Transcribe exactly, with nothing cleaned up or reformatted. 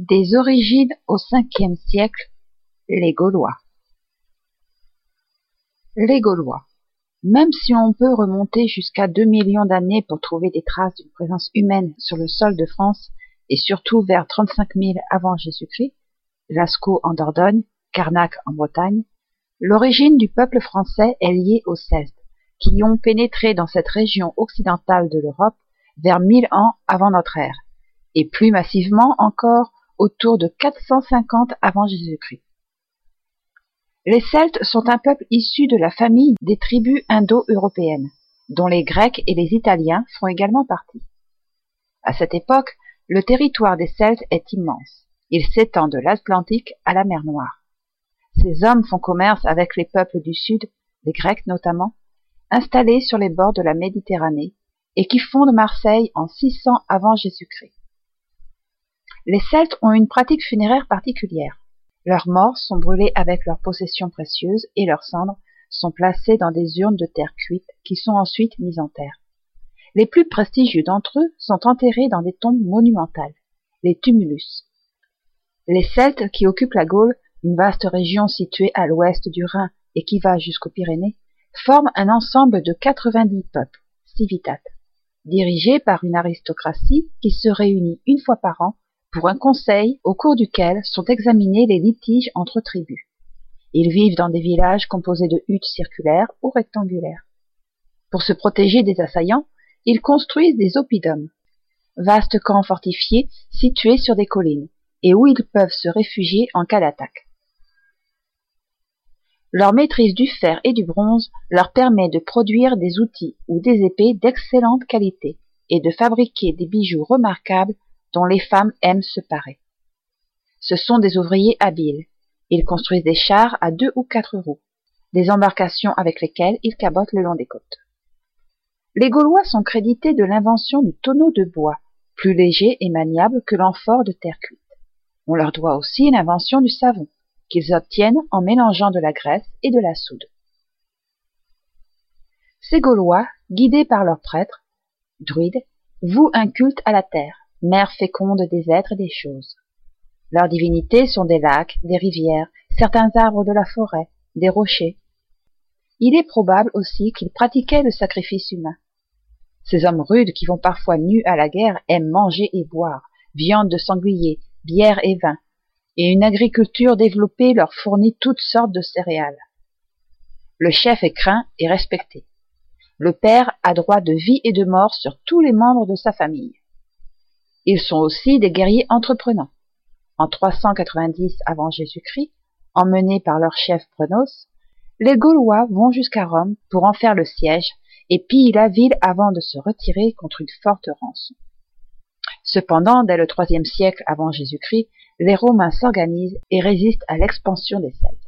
Des origines au cinquième siècle, les Gaulois. Les Gaulois. Même si on peut remonter jusqu'à deux millions d'années pour trouver des traces d'une présence humaine sur le sol de France, et surtout vers trente-cinq mille avant Jésus-Christ, Lascaux en Dordogne, Carnac en Bretagne, l'origine du peuple français est liée aux Celtes, qui ont pénétré dans cette région occidentale de l'Europe vers mille ans avant notre ère, et plus massivement encore autour de quatre cent cinquante avant Jésus-Christ. Les Celtes sont un peuple issu de la famille des tribus indo-européennes, dont les Grecs et les Italiens font également partie. À cette époque, le territoire des Celtes est immense. Il s'étend de l'Atlantique à la mer Noire. Ces hommes font commerce avec les peuples du Sud, les Grecs notamment, installés sur les bords de la Méditerranée et qui fondent Marseille en six cents avant Jésus-Christ. Les Celtes ont une pratique funéraire particulière. Leurs morts sont brûlés avec leurs possessions précieuses et leurs cendres sont placées dans des urnes de terre cuite qui sont ensuite mises en terre. Les plus prestigieux d'entre eux sont enterrés dans des tombes monumentales, les tumulus. Les Celtes, qui occupent la Gaule, une vaste région située à l'ouest du Rhin et qui va jusqu'aux Pyrénées, forment un ensemble de quatre-vingt-dix peuples, civitates, dirigés par une aristocratie qui se réunit une fois par an pour un conseil au cours duquel sont examinés les litiges entre tribus. Ils vivent dans des villages composés de huttes circulaires ou rectangulaires. Pour se protéger des assaillants, ils construisent des oppidums, vastes camps fortifiés situés sur des collines, et où ils peuvent se réfugier en cas d'attaque. Leur maîtrise du fer et du bronze leur permet de produire des outils ou des épées d'excellente qualité et de fabriquer des bijoux remarquables dont les femmes aiment se parer. Ce sont des ouvriers habiles. Ils construisent des chars à deux ou quatre roues, des embarcations avec lesquelles ils cabotent le long des côtes. Les Gaulois sont crédités de l'invention du tonneau de bois, plus léger et maniable que l'amphore de terre cuite. On leur doit aussi l'invention du savon, qu'ils obtiennent en mélangeant de la graisse et de la soude. Ces Gaulois, guidés par leurs prêtres, druides, vouent un culte à la terre, mère féconde des êtres et des choses. Leurs divinités sont des lacs, des rivières, certains arbres de la forêt, des rochers. Il est probable aussi qu'ils pratiquaient le sacrifice humain. Ces hommes rudes qui vont parfois nus à la guerre aiment manger et boire, viande de sanglier, bière et vin, et une agriculture développée leur fournit toutes sortes de céréales. Le chef est craint et respecté. Le père a droit de vie et de mort sur tous les membres de sa famille. Ils sont aussi des guerriers entreprenants. En trois cent quatre-vingt-dix avant Jésus-Christ, emmenés par leur chef Prenos, les Gaulois vont jusqu'à Rome pour en faire le siège et pillent la ville avant de se retirer contre une forte rançon. Cependant, dès le troisième siècle avant Jésus-Christ, les Romains s'organisent et résistent à l'expansion des Celtes.